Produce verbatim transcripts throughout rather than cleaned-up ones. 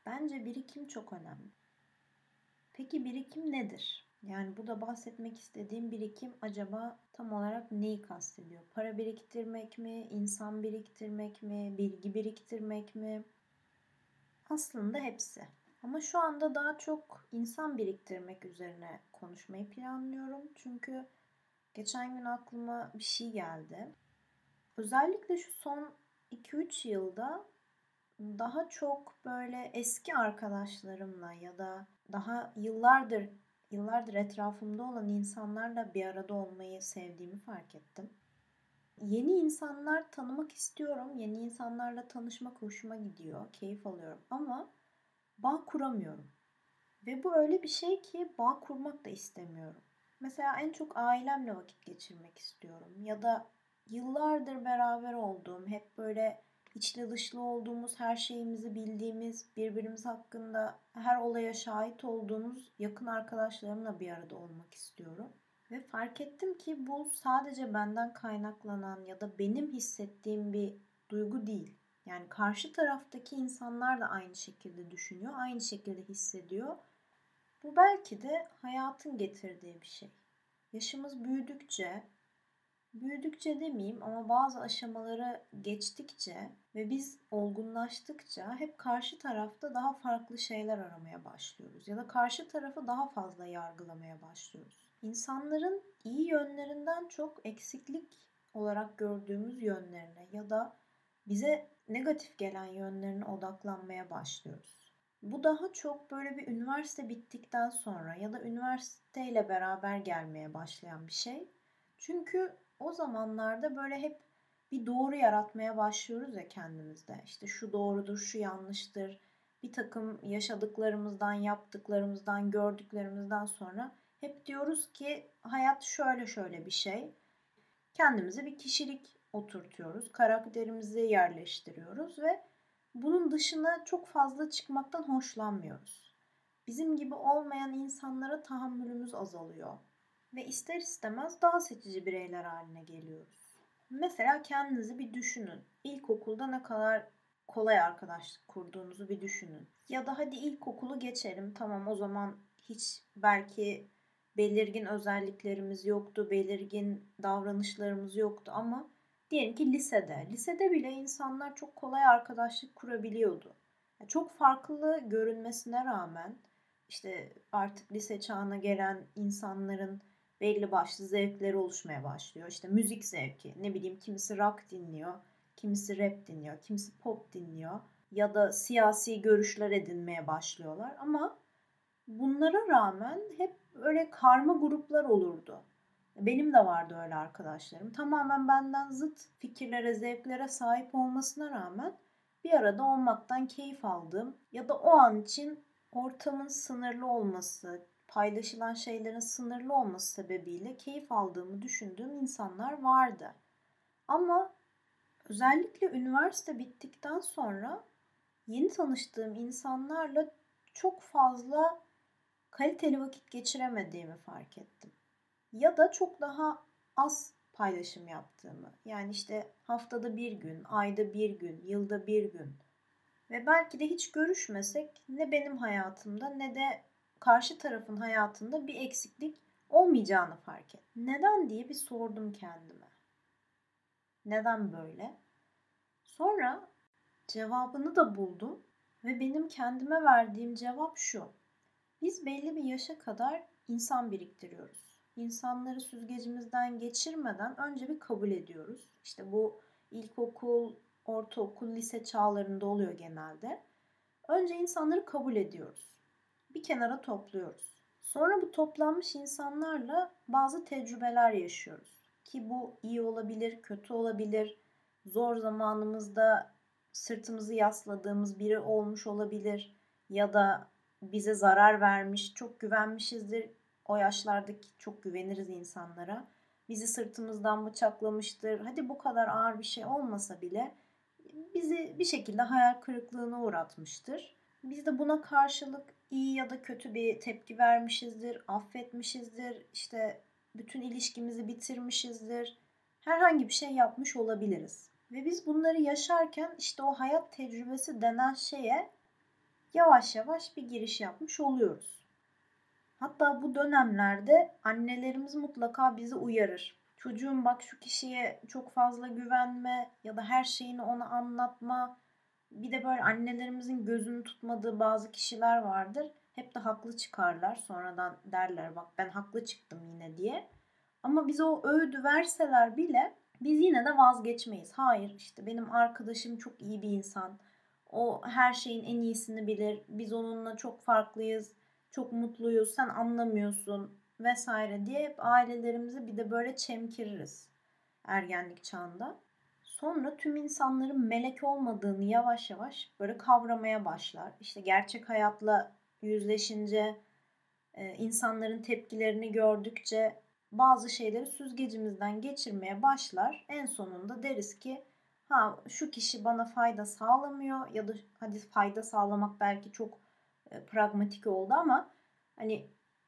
Bence birikim çok önemli. Peki birikim nedir? Yani bu da bahsetmek istediğim birikim acaba tam olarak neyi kastediyor? Para biriktirmek mi, insan biriktirmek mi, bilgi biriktirmek mi? Aslında hepsi. Ama şu anda daha çok insan biriktirmek üzerine konuşmayı planlıyorum. Çünkü geçen gün aklıma bir şey geldi. Özellikle şu son iki üç yılda daha çok böyle eski arkadaşlarımla ya da daha yıllardır yıllardır etrafımda olan insanlarla bir arada olmayı sevdiğimi fark ettim. Yeni insanlar tanımak istiyorum. Yeni insanlarla tanışmak hoşuma gidiyor. Keyif alıyorum ama bağ kuramıyorum. Ve bu öyle bir şey ki bağ kurmak da istemiyorum. Mesela en çok ailemle vakit geçirmek istiyorum. Ya da yıllardır beraber olduğum, hep böyle içli dışlı olduğumuz, her şeyimizi bildiğimiz, birbirimiz hakkında her olaya şahit olduğumuz yakın arkadaşlarımla bir arada olmak istiyorum. Ve fark ettim ki bu sadece benden kaynaklanan ya da benim hissettiğim bir duygu değil. Yani karşı taraftaki insanlar da aynı şekilde düşünüyor, aynı şekilde hissediyor. Bu belki de hayatın getirdiği bir şey. Yaşımız büyüdükçe, büyüdükçe demeyeyim ama bazı aşamaları geçtikçe ve biz olgunlaştıkça hep karşı tarafta daha farklı şeyler aramaya başlıyoruz ya da karşı tarafı daha fazla yargılamaya başlıyoruz. İnsanların iyi yönlerinden çok eksiklik olarak gördüğümüz yönlerine ya da bize negatif gelen yönlerine odaklanmaya başlıyoruz. Bu daha çok böyle bir üniversite bittikten sonra ya da üniversiteyle beraber gelmeye başlayan bir şey. Çünkü o zamanlarda böyle hep bir doğru yaratmaya başlıyoruz ya kendimizde. İşte şu doğrudur, şu yanlıştır. Bir takım yaşadıklarımızdan, yaptıklarımızdan, gördüklerimizden sonra hep diyoruz ki hayat şöyle şöyle bir şey. Kendimize bir kişilik oturtuyoruz, karakterimizi yerleştiriyoruz ve bunun dışına çok fazla çıkmaktan hoşlanmıyoruz. Bizim gibi olmayan insanlara tahammülümüz azalıyor ve ister istemez daha seçici bireyler haline geliyoruz. Mesela kendinizi bir düşünün. İlkokulda ne kadar kolay arkadaşlık kurduğunuzu bir düşünün. Ya da hadi ilkokulu geçelim. Tamam, o zaman hiç belki belirgin özelliklerimiz yoktu, belirgin davranışlarımız yoktu ama diyelim ki lisede. Lisede bile insanlar çok kolay arkadaşlık kurabiliyordu. Çok farklı görünmesine rağmen işte artık lise çağına gelen insanların belli başlı zevkleri oluşmaya başlıyor. İşte müzik zevki, ne bileyim kimisi rock dinliyor, kimisi rap dinliyor, kimisi pop dinliyor ya da siyasi görüşler edinmeye başlıyorlar. Ama bunlara rağmen hep öyle karma gruplar olurdu. Benim de vardı öyle arkadaşlarım. Tamamen benden zıt fikirlere, zevklere sahip olmasına rağmen bir arada olmaktan keyif aldığım ya da o an için ortamın sınırlı olması, paylaşılan şeylerin sınırlı olması sebebiyle keyif aldığımı düşündüğüm insanlar vardı. Ama özellikle üniversite bittikten sonra yeni tanıştığım insanlarla çok fazla kaliteli vakit geçiremediğimi fark ettim. Ya da çok daha az paylaşım yaptığımı. Yani işte haftada bir gün, ayda bir gün, yılda bir gün. Ve belki de hiç görüşmesek ne benim hayatımda ne de karşı tarafın hayatında bir eksiklik olmayacağını fark ettim. Neden diye bir sordum kendime. Neden böyle? Sonra cevabını da buldum ve benim kendime verdiğim cevap şu. Biz belli bir yaşa kadar insan biriktiriyoruz. İnsanları süzgecimizden geçirmeden önce bir kabul ediyoruz. İşte bu ilkokul, ortaokul, lise çağlarında oluyor genelde. Önce insanları kabul ediyoruz. Bir kenara topluyoruz. Sonra bu toplanmış insanlarla bazı tecrübeler yaşıyoruz. Ki bu iyi olabilir, kötü olabilir. Zor zamanımızda sırtımızı yasladığımız biri olmuş olabilir. Ya da bize zarar vermiş, çok güvenmişizdir. O yaşlardaki çok güveniriz insanlara. Bizi sırtımızdan bıçaklamıştır. Hadi bu kadar ağır bir şey olmasa bile bizi bir şekilde hayal kırıklığına uğratmıştır. Biz de buna karşılık iyi ya da kötü bir tepki vermişizdir, affetmişizdir, işte bütün ilişkimizi bitirmişizdir. Herhangi bir şey yapmış olabiliriz. Ve biz bunları yaşarken işte o hayat tecrübesi denen şeye yavaş yavaş bir giriş yapmış oluyoruz. Hatta bu dönemlerde annelerimiz mutlaka bizi uyarır. Çocuğum bak şu kişiye çok fazla güvenme ya da her şeyini ona anlatma. Bir de böyle annelerimizin gözünü tutmadığı bazı kişiler vardır. Hep de haklı çıkarlar. Sonradan derler bak ben haklı çıktım yine diye. Ama bize o öğüdü verseler bile biz yine de vazgeçmeyiz. Hayır işte benim arkadaşım çok iyi bir insan. O her şeyin en iyisini bilir. Biz onunla çok farklıyız. Çok mutluyuz. Sen anlamıyorsun vesaire diye hep ailelerimizi bir de böyle çemkiririz ergenlik çağında. Sonra tüm insanların melek olmadığını yavaş yavaş böyle kavramaya başlar. İşte gerçek hayatla yüzleşince, insanların tepkilerini gördükçe bazı şeyleri süzgecimizden geçirmeye başlar. En sonunda deriz ki ha şu kişi bana fayda sağlamıyor ya da hadi fayda sağlamak belki çok e, pragmatik oldu ama hani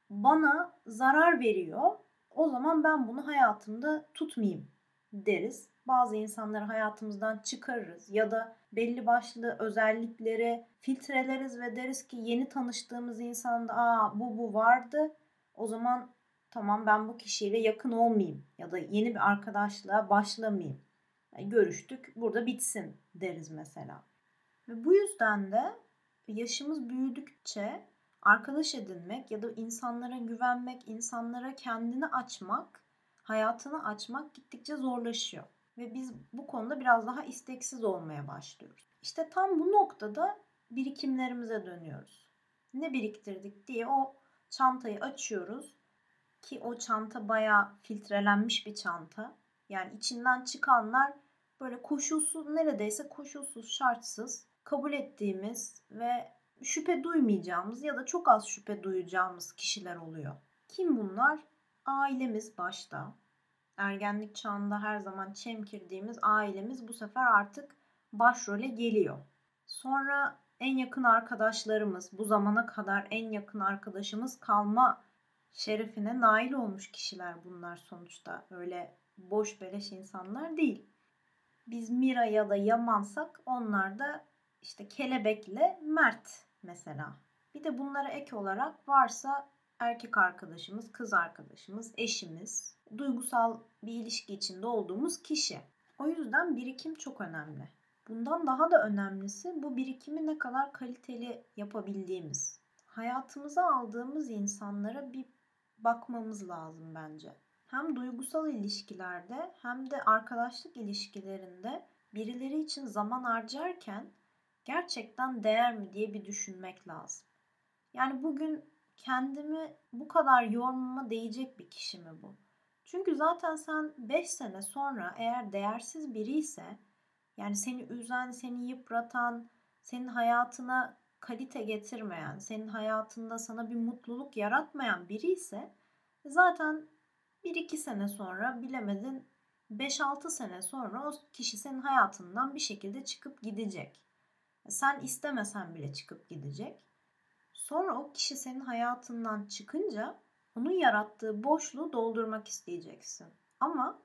bana zarar veriyor. O zaman ben bunu hayatımda tutmayayım deriz. Bazı insanları hayatımızdan çıkarırız ya da belli başlı özellikleri filtreleriz ve deriz ki yeni tanıştığımız insanda aa bu bu vardı. O zaman tamam ben bu kişiyle yakın olmayayım ya da yeni bir arkadaşlığa başlamayayım. Yani görüştük burada bitsin deriz mesela. Ve bu yüzden de yaşımız büyüdükçe arkadaş edinmek ya da insanlara güvenmek, insanlara kendini açmak, hayatını açmak gittikçe zorlaşıyor. Ve biz bu konuda biraz daha isteksiz olmaya başlıyoruz. İşte tam bu noktada birikimlerimize dönüyoruz. Ne biriktirdik diye o çantayı açıyoruz ki o çanta bayağı filtrelenmiş bir çanta. Yani içinden çıkanlar böyle koşulsuz, neredeyse koşulsuz, şartsız kabul ettiğimiz ve şüphe duymayacağımız ya da çok az şüphe duyacağımız kişiler oluyor. Kim bunlar? Ailemiz başta. Ergenlik çağında her zaman çemkirdiğimiz ailemiz bu sefer artık başrole geliyor. Sonra en yakın arkadaşlarımız, bu zamana kadar en yakın arkadaşımız kalma şerefine nail olmuş kişiler bunlar sonuçta. Öyle boş beleş insanlar değil. Biz Mira ya da Yamansak onlar da işte Kelebek'le Mert mesela. Bir de bunlara ek olarak varsa erkek arkadaşımız, kız arkadaşımız, eşimiz, duygusal bir ilişki içinde olduğumuz kişi. O yüzden birikim çok önemli. Bundan daha da önemlisi bu birikimi ne kadar kaliteli yapabildiğimiz. Hayatımıza aldığımız insanlara bir bakmamız lazım bence. Hem duygusal ilişkilerde hem de arkadaşlık ilişkilerinde birileri için zaman harcarken gerçekten değer mi diye bir düşünmek lazım. Yani bugün kendimi bu kadar yormama değecek bir kişi mi bu? Çünkü zaten sen beş sene sonra eğer değersiz biri ise yani seni üzen, seni yıpratan, senin hayatına kalite getirmeyen, senin hayatında sana bir mutluluk yaratmayan biri ise zaten bir iki sene sonra bilemedin beş altı sene sonra o kişi senin hayatından bir şekilde çıkıp gidecek. Sen istemesen bile çıkıp gidecek. Sonra o kişi senin hayatından çıkınca onun yarattığı boşluğu doldurmak isteyeceksin. Ama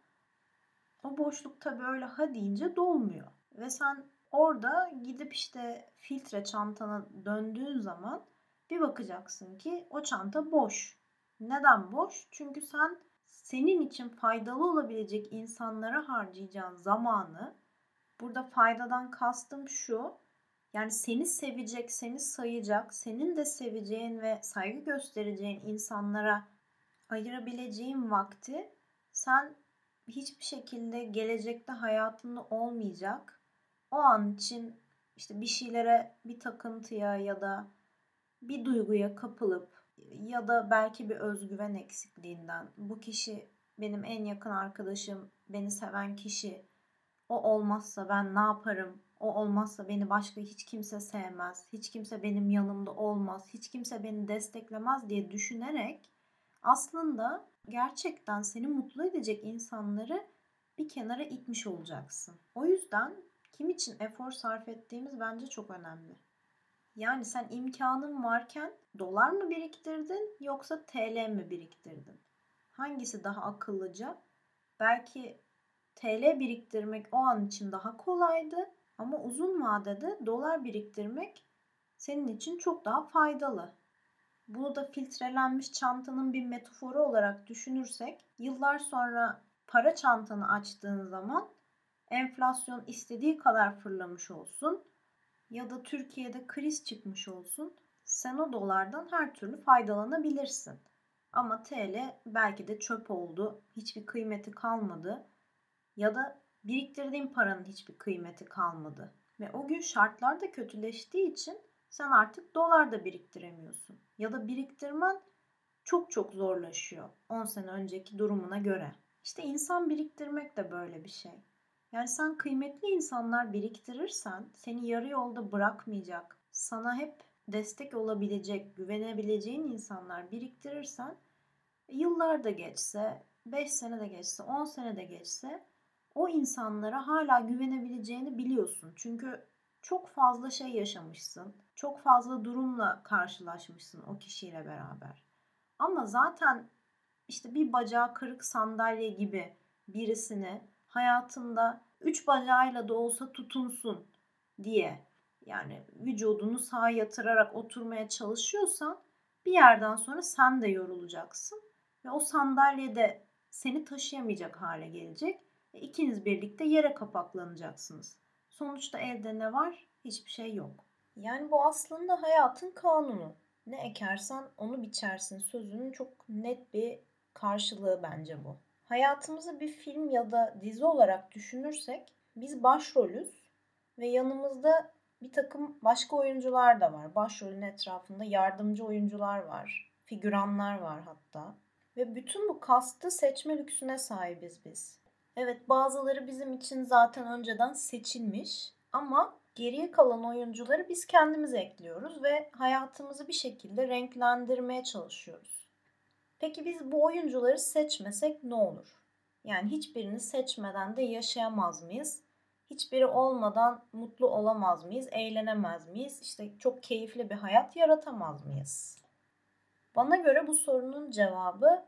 o boşluk tabii öyle ha deyince dolmuyor. Ve sen orada gidip işte filtre çantana döndüğün zaman bir bakacaksın ki o çanta boş. Neden boş? Çünkü sen senin için faydalı olabilecek insanlara harcayacağın zamanı, burada faydadan kastım şu, yani seni sevecek, seni sayacak, senin de seveceğin ve saygı göstereceğin insanlara ayırabileceğin vakti sen hiçbir şekilde gelecekte hayatında olmayacak. O an için işte bir şeylere, bir takıntıya ya da bir duyguya kapılıp ya da belki bir özgüven eksikliğinden bu kişi benim en yakın arkadaşım, beni seven kişi, o olmazsa ben ne yaparım? O olmazsa beni başka hiç kimse sevmez. Hiç kimse benim yanımda olmaz. Hiç kimse beni desteklemez diye düşünerek aslında gerçekten seni mutlu edecek insanları bir kenara itmiş olacaksın. O yüzden kim için efor sarf ettiğimiz bence çok önemli. Yani sen imkanın varken dolar mı biriktirdin yoksa T L mi biriktirdin? Hangisi daha akıllıca? Belki T L biriktirmek o an için daha kolaydı ama uzun vadede dolar biriktirmek senin için çok daha faydalı. Bunu da filtrelenmiş çantanın bir metaforu olarak düşünürsek, yıllar sonra para çantanı açtığın zaman enflasyon istediği kadar fırlamış olsun ya da Türkiye'de kriz çıkmış olsun, sen o dolardan her türlü faydalanabilirsin. Ama T L belki de çöp oldu, hiçbir kıymeti kalmadı ya da biriktirdiğin paranın hiçbir kıymeti kalmadı. Ve o gün şartlar da kötüleştiği için sen artık dolar da biriktiremiyorsun. Ya da biriktirmen çok çok zorlaşıyor on sene önceki durumuna göre. İşte insan biriktirmek de böyle bir şey. Yani sen kıymetli insanlar biriktirirsen, seni yarı yolda bırakmayacak, sana hep destek olabilecek, güvenebileceğin insanlar biriktirirsen, yıllar da geçse, beş sene de geçse, on sene de geçse o insanlara hala güvenebileceğini biliyorsun. Çünkü çok fazla şey yaşamışsın. Çok fazla durumla karşılaşmışsın o kişiyle beraber. Ama zaten işte bir bacağı kırık sandalye gibi birisini hayatında üç bacağıyla da olsa tutunsun diye, yani vücudunu sağa yatırarak oturmaya çalışıyorsan bir yerden sonra sen de yorulacaksın ve o sandalye de seni taşıyamayacak hale gelecek. E, ikiniz birlikte yere kapaklanacaksınız. Sonuçta elde ne var? Hiçbir şey yok. Yani bu aslında hayatın kanunu. Ne ekersen onu biçersin sözünün çok net bir karşılığı bence bu. Hayatımızı bir film ya da dizi olarak düşünürsek biz başrolüz ve yanımızda bir takım başka oyuncular da var. Başrolün etrafında yardımcı oyuncular var, figüranlar var hatta. Ve bütün bu kastı seçme lüksüne sahibiz biz. Evet, bazıları bizim için zaten önceden seçilmiş ama geriye kalan oyuncuları biz kendimiz ekliyoruz ve hayatımızı bir şekilde renklendirmeye çalışıyoruz. Peki biz bu oyuncuları seçmesek ne olur? Yani hiçbirini seçmeden de yaşayamaz mıyız? Hiçbiri olmadan mutlu olamaz mıyız? Eğlenemez miyiz? İşte çok keyifli bir hayat yaratamaz mıyız? Bana göre bu sorunun cevabı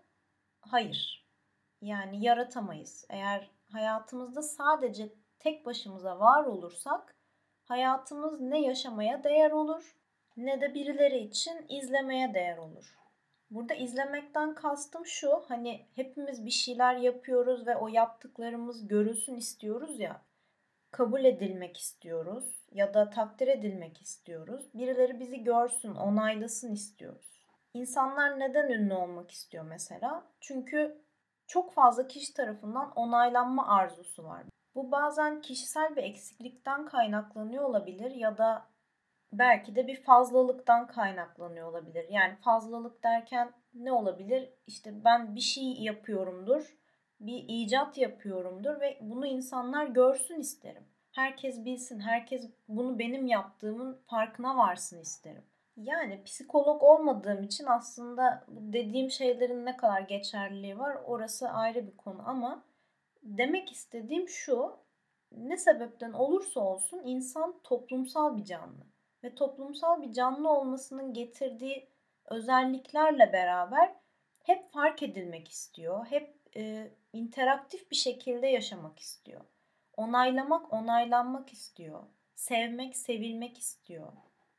hayır. Yani yaratamayız. Eğer hayatımızda sadece tek başımıza var olursak hayatımız ne yaşamaya değer olur ne de birileri için izlemeye değer olur. Burada izlemekten kastım şu, hani hepimiz bir şeyler yapıyoruz ve o yaptıklarımız görülsün istiyoruz ya, kabul edilmek istiyoruz ya da takdir edilmek istiyoruz. Birileri bizi görsün, onaylasın istiyoruz. İnsanlar neden ünlü olmak istiyor mesela? Çünkü çok fazla kişi tarafından onaylanma arzusu var. Bu bazen kişisel bir eksiklikten kaynaklanıyor olabilir ya da belki de bir fazlalıktan kaynaklanıyor olabilir. Yani fazlalık derken ne olabilir? İşte ben bir şey yapıyorumdur, bir icat yapıyorumdur ve bunu insanlar görsün isterim. Herkes bilsin, herkes bunu benim yaptığımın farkına varsın isterim. Yani psikolog olmadığım için aslında bu dediğim şeylerin ne kadar geçerliliği var orası ayrı bir konu ama demek istediğim şu, ne sebepten olursa olsun insan toplumsal bir canlı ve toplumsal bir canlı olmasının getirdiği özelliklerle beraber hep fark edilmek istiyor, hep e, interaktif bir şekilde yaşamak istiyor. Onaylamak, onaylanmak istiyor. Sevmek, sevilmek istiyor.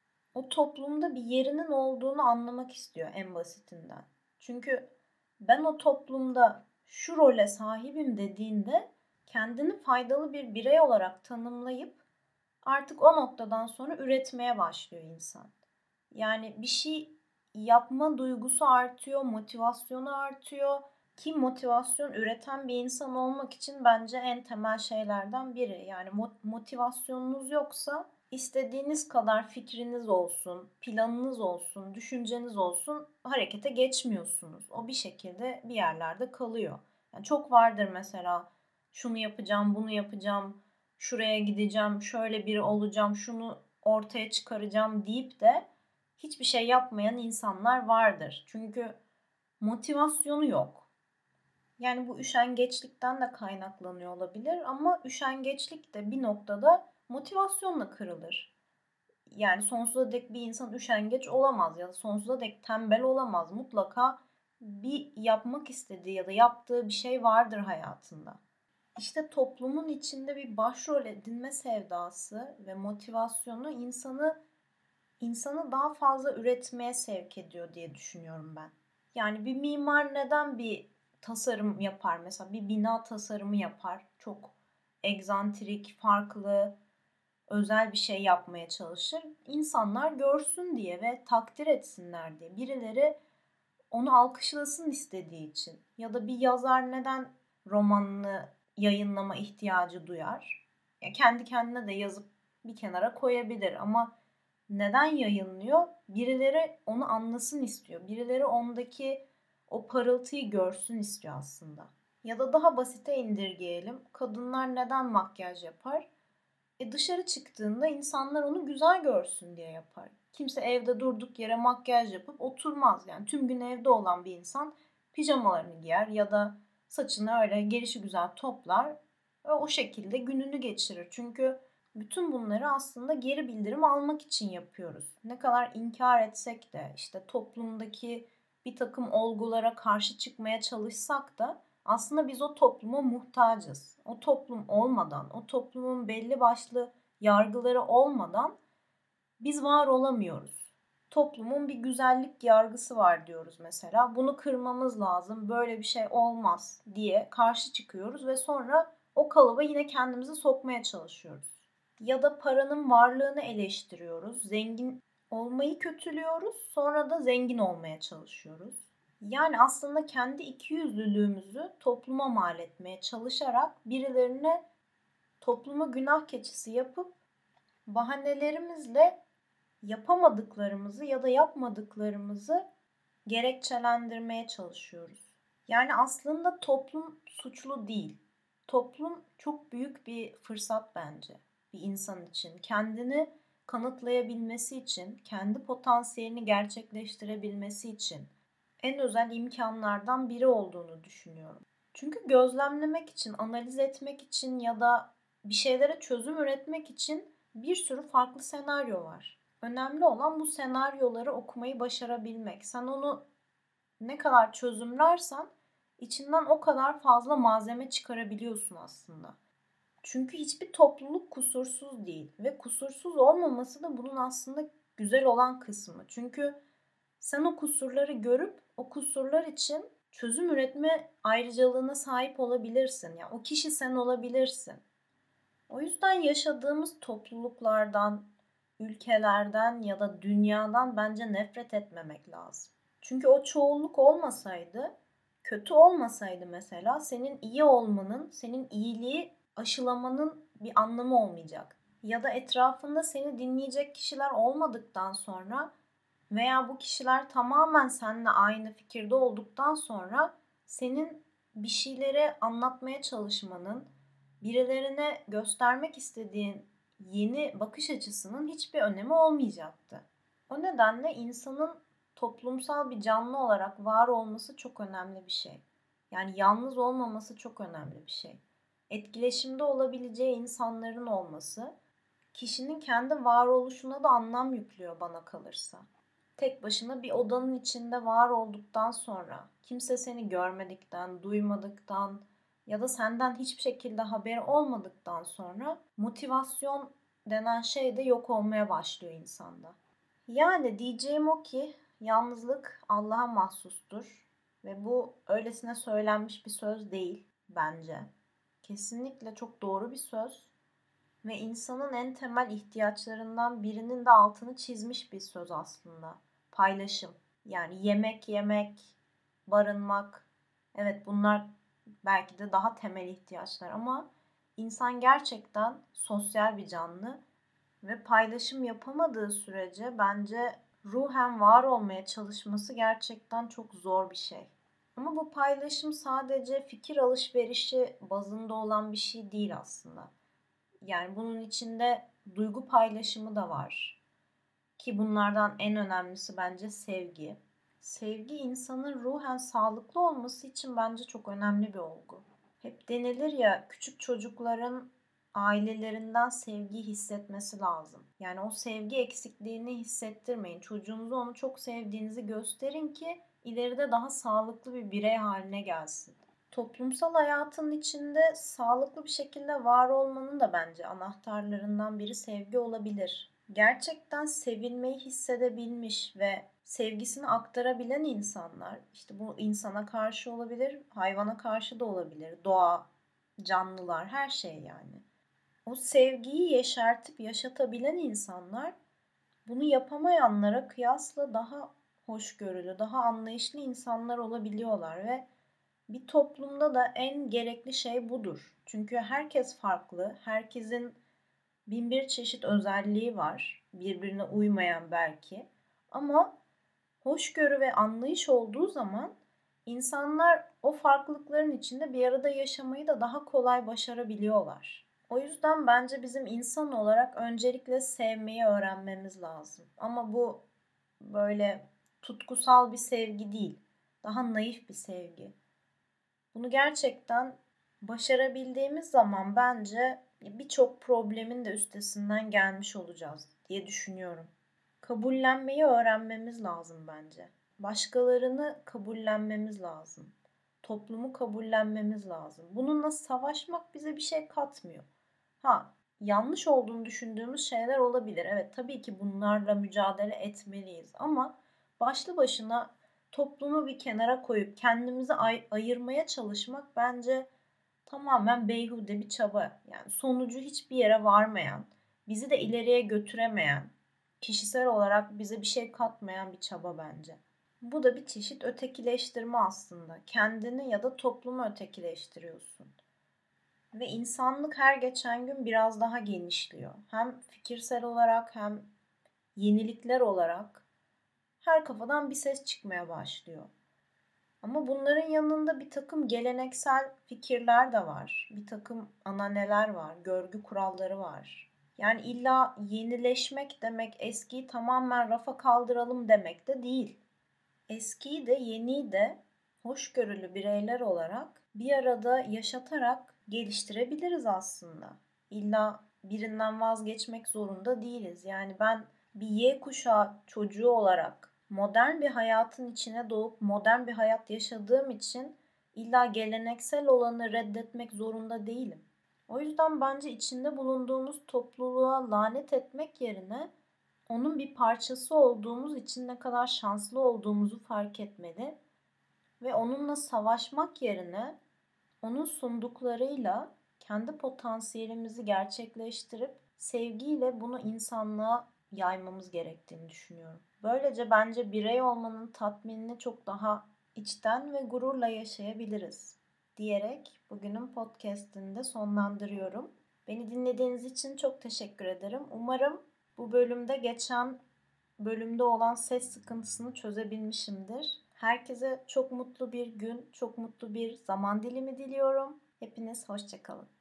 O toplumda bir yerinin olduğunu anlamak istiyor en basitinden. Çünkü ben o toplumda şu role sahibim dediğinde kendini faydalı bir birey olarak tanımlayıp artık o noktadan sonra üretmeye başlıyor insan. Yani bir şey yapma duygusu artıyor, motivasyonu artıyor ki motivasyon üreten bir insan olmak için bence en temel şeylerden biri. Yani motivasyonunuz yoksa istediğiniz kadar fikriniz olsun, planınız olsun, düşünceniz olsun harekete geçmiyorsunuz. O bir şekilde bir yerlerde kalıyor. Yani çok vardır mesela şunu yapacağım, bunu yapacağım, şuraya gideceğim, şöyle biri olacağım, şunu ortaya çıkaracağım deyip de hiçbir şey yapmayan insanlar vardır. Çünkü motivasyonu yok. Yani bu üşengeçlikten de kaynaklanıyor olabilir ama üşengeçlik de bir noktada motivasyonla kırılır. Yani sonsuza dek bir insan üşengeç olamaz ya da sonsuza dek tembel olamaz. Mutlaka bir yapmak istediği ya da yaptığı bir şey vardır hayatında. İşte toplumun içinde bir başrol edinme sevdası ve motivasyonu insanı insanı daha fazla üretmeye sevk ediyor diye düşünüyorum ben. Yani bir mimar neden bir tasarım yapar? Mesela bir bina tasarımı yapar. Çok egzantrik, farklı, özel bir şey yapmaya çalışır. İnsanlar görsün diye ve takdir etsinler diye. Birileri onu alkışlasın istediği için. Ya da bir yazar neden romanını yayınlama ihtiyacı duyar? Ya kendi kendine de yazıp bir kenara koyabilir ama neden yayınlıyor? Birileri onu anlasın istiyor. Birileri ondaki o parıltıyı görsün istiyor aslında. Ya da daha basite indirgeyelim. Kadınlar neden makyaj yapar? E dışarı çıktığında insanlar onu güzel görsün diye yapar. Kimse evde durduk yere makyaj yapıp oturmaz. Yani tüm gün evde olan bir insan pijamalarını giyer ya da saçını öyle gelişigüzel toplar ve o şekilde gününü geçirir. Çünkü bütün bunları aslında geri bildirim almak için yapıyoruz. Ne kadar inkar etsek de işte toplumdaki bir takım olgulara karşı çıkmaya çalışsak da aslında biz o topluma muhtacız. O toplum olmadan, o toplumun belli başlı yargıları olmadan biz var olamıyoruz. Toplumun bir güzellik yargısı var diyoruz mesela. Bunu kırmamız lazım, böyle bir şey olmaz diye karşı çıkıyoruz ve sonra o kalıba yine kendimizi sokmaya çalışıyoruz. Ya da paranın varlığını eleştiriyoruz. Zengin olmayı kötülüyoruz, sonra da zengin olmaya çalışıyoruz. Yani aslında kendi ikiyüzlülüğümüzü topluma mal etmeye çalışarak birilerine toplumu günah keçisi yapıp bahanelerimizle yapamadıklarımızı ya da yapmadıklarımızı gerekçelendirmeye çalışıyoruz. Yani aslında toplum suçlu değil. Toplum çok büyük bir fırsat bence bir insan için. Kendini kanıtlayabilmesi için, kendi potansiyelini gerçekleştirebilmesi için en özel imkanlardan biri olduğunu düşünüyorum. Çünkü gözlemlemek için, analiz etmek için ya da bir şeylere çözüm üretmek için bir sürü farklı senaryo var. Önemli olan bu senaryoları okumayı başarabilmek. Sen onu ne kadar çözümlersen içinden o kadar fazla malzeme çıkarabiliyorsun aslında. Çünkü hiçbir topluluk kusursuz değil ve kusursuz olmaması da bunun aslında güzel olan kısmı. Çünkü sen o kusurları görüp o kusurlar için çözüm üretme ayrıcalığına sahip olabilirsin. Yani o kişi sen olabilirsin. O yüzden yaşadığımız topluluklardan, ülkelerden ya da dünyadan bence nefret etmemek lazım. Çünkü o çoğunluk olmasaydı, kötü olmasaydı mesela senin iyi olmanın, senin iyiliği aşılamanın bir anlamı olmayacak. Ya da etrafında seni dinleyecek kişiler olmadıktan sonra veya bu kişiler tamamen seninle aynı fikirde olduktan sonra senin bir şeyleri anlatmaya çalışmanın, birilerine göstermek istediğin yeni bakış açısının hiçbir önemi olmayacaktı. O nedenle insanın toplumsal bir canlı olarak var olması çok önemli bir şey. Yani yalnız olmaması çok önemli bir şey. Etkileşimde olabileceği insanların olması kişinin kendi varoluşuna da anlam yüklüyor bana kalırsa. Tek başına bir odanın içinde var olduktan sonra, kimse seni görmedikten, duymadıktan ya da senden hiçbir şekilde haberi olmadıktan sonra motivasyon denen şey de yok olmaya başlıyor insanda. Yani diyeceğim o ki yalnızlık Allah'a mahsustur ve bu öylesine söylenmiş bir söz değil bence. Kesinlikle çok doğru bir söz ve insanın en temel ihtiyaçlarından birinin de altını çizmiş bir söz aslında. Paylaşım. Yani yemek yemek, barınmak. Evet bunlar belki de daha temel ihtiyaçlar ama insan gerçekten sosyal bir canlı ve paylaşım yapamadığı sürece bence ruhen var olmaya çalışması gerçekten çok zor bir şey. Ama bu paylaşım sadece fikir alışverişi bazında olan bir şey değil aslında. Yani bunun içinde duygu paylaşımı da var. Ki bunlardan en önemlisi bence sevgi. Sevgi insanın ruhen sağlıklı olması için bence çok önemli bir olgu. Hep denilir ya küçük çocukların ailelerinden sevgi hissetmesi lazım. Yani o sevgi eksikliğini hissettirmeyin. Çocuğunuza onu çok sevdiğinizi gösterin ki ileride daha sağlıklı bir birey haline gelsin. Toplumsal hayatın içinde sağlıklı bir şekilde var olmanın da bence anahtarlarından biri sevgi olabilir. gerçekten sevilmeyi hissedebilmiş ve sevgisini aktarabilen insanlar, işte bu insana karşı olabilir, hayvana karşı da olabilir, doğa, canlılar, her şey yani. O sevgiyi yeşertip yaşatabilen insanlar bunu yapamayanlara kıyasla daha hoşgörülü, daha anlayışlı insanlar olabiliyorlar ve bir toplumda da en gerekli şey budur. Çünkü herkes farklı, herkesin bin bir çeşit özelliği var, birbirine uymayan belki. Ama hoşgörü ve anlayış olduğu zaman insanlar o farklılıkların içinde bir arada yaşamayı da daha kolay başarabiliyorlar. O yüzden bence bizim insan olarak öncelikle sevmeyi öğrenmemiz lazım. Ama bu böyle tutkusal bir sevgi değil, daha naif bir sevgi. Bunu gerçekten başarabildiğimiz zaman bence birçok problemin de üstesinden gelmiş olacağız diye düşünüyorum. Kabullenmeyi öğrenmemiz lazım bence. Başkalarını kabullenmemiz lazım. Toplumu kabullenmemiz lazım. Bununla savaşmak bize bir şey katmıyor. Ha, yanlış olduğunu düşündüğümüz şeyler olabilir. Evet, tabii ki bunlarla mücadele etmeliyiz ama başlı başına toplumu bir kenara koyup kendimizi ay- ayırmaya çalışmak bence tamamen beyhude bir çaba. Yani sonucu hiçbir yere varmayan, bizi de ileriye götüremeyen, kişisel olarak bize bir şey katmayan bir çaba bence. Bu da bir çeşit ötekileştirme aslında. Kendini ya da toplumu ötekileştiriyorsun. Ve insanlık her geçen gün biraz daha genişliyor. Hem fikirsel olarak hem yenilikler olarak her kafadan bir ses çıkmaya başlıyor. Ama bunların yanında bir takım geleneksel fikirler de var. Bir takım ananeler var, görgü kuralları var. Yani illa yenileşmek demek eskiyi tamamen rafa kaldıralım demek de değil. Eskiyi de yeniyi de hoşgörülü bireyler olarak bir arada yaşatarak geliştirebiliriz aslında. İlla birinden vazgeçmek zorunda değiliz. Yani ben bir Y kuşağı çocuğu olarak modern bir hayatın içine doğup modern bir hayat yaşadığım için illa geleneksel olanı reddetmek zorunda değilim. O yüzden bence içinde bulunduğumuz topluluğa lanet etmek yerine onun bir parçası olduğumuz için ne kadar şanslı olduğumuzu fark etmeli ve onunla savaşmak yerine onun sunduklarıyla kendi potansiyelimizi gerçekleştirip sevgiyle bunu insanlığa yaymamız gerektiğini düşünüyorum. Böylece bence birey olmanın tatminini çok daha içten ve gururla yaşayabiliriz diyerek bugünün podcast'ini de sonlandırıyorum. Beni dinlediğiniz için çok teşekkür ederim. Umarım bu bölümde geçen bölümde olan ses sıkıntısını çözebilmişimdir. Herkese çok mutlu bir gün, çok mutlu bir zaman dilimi diliyorum. Hepiniz hoşça kalın.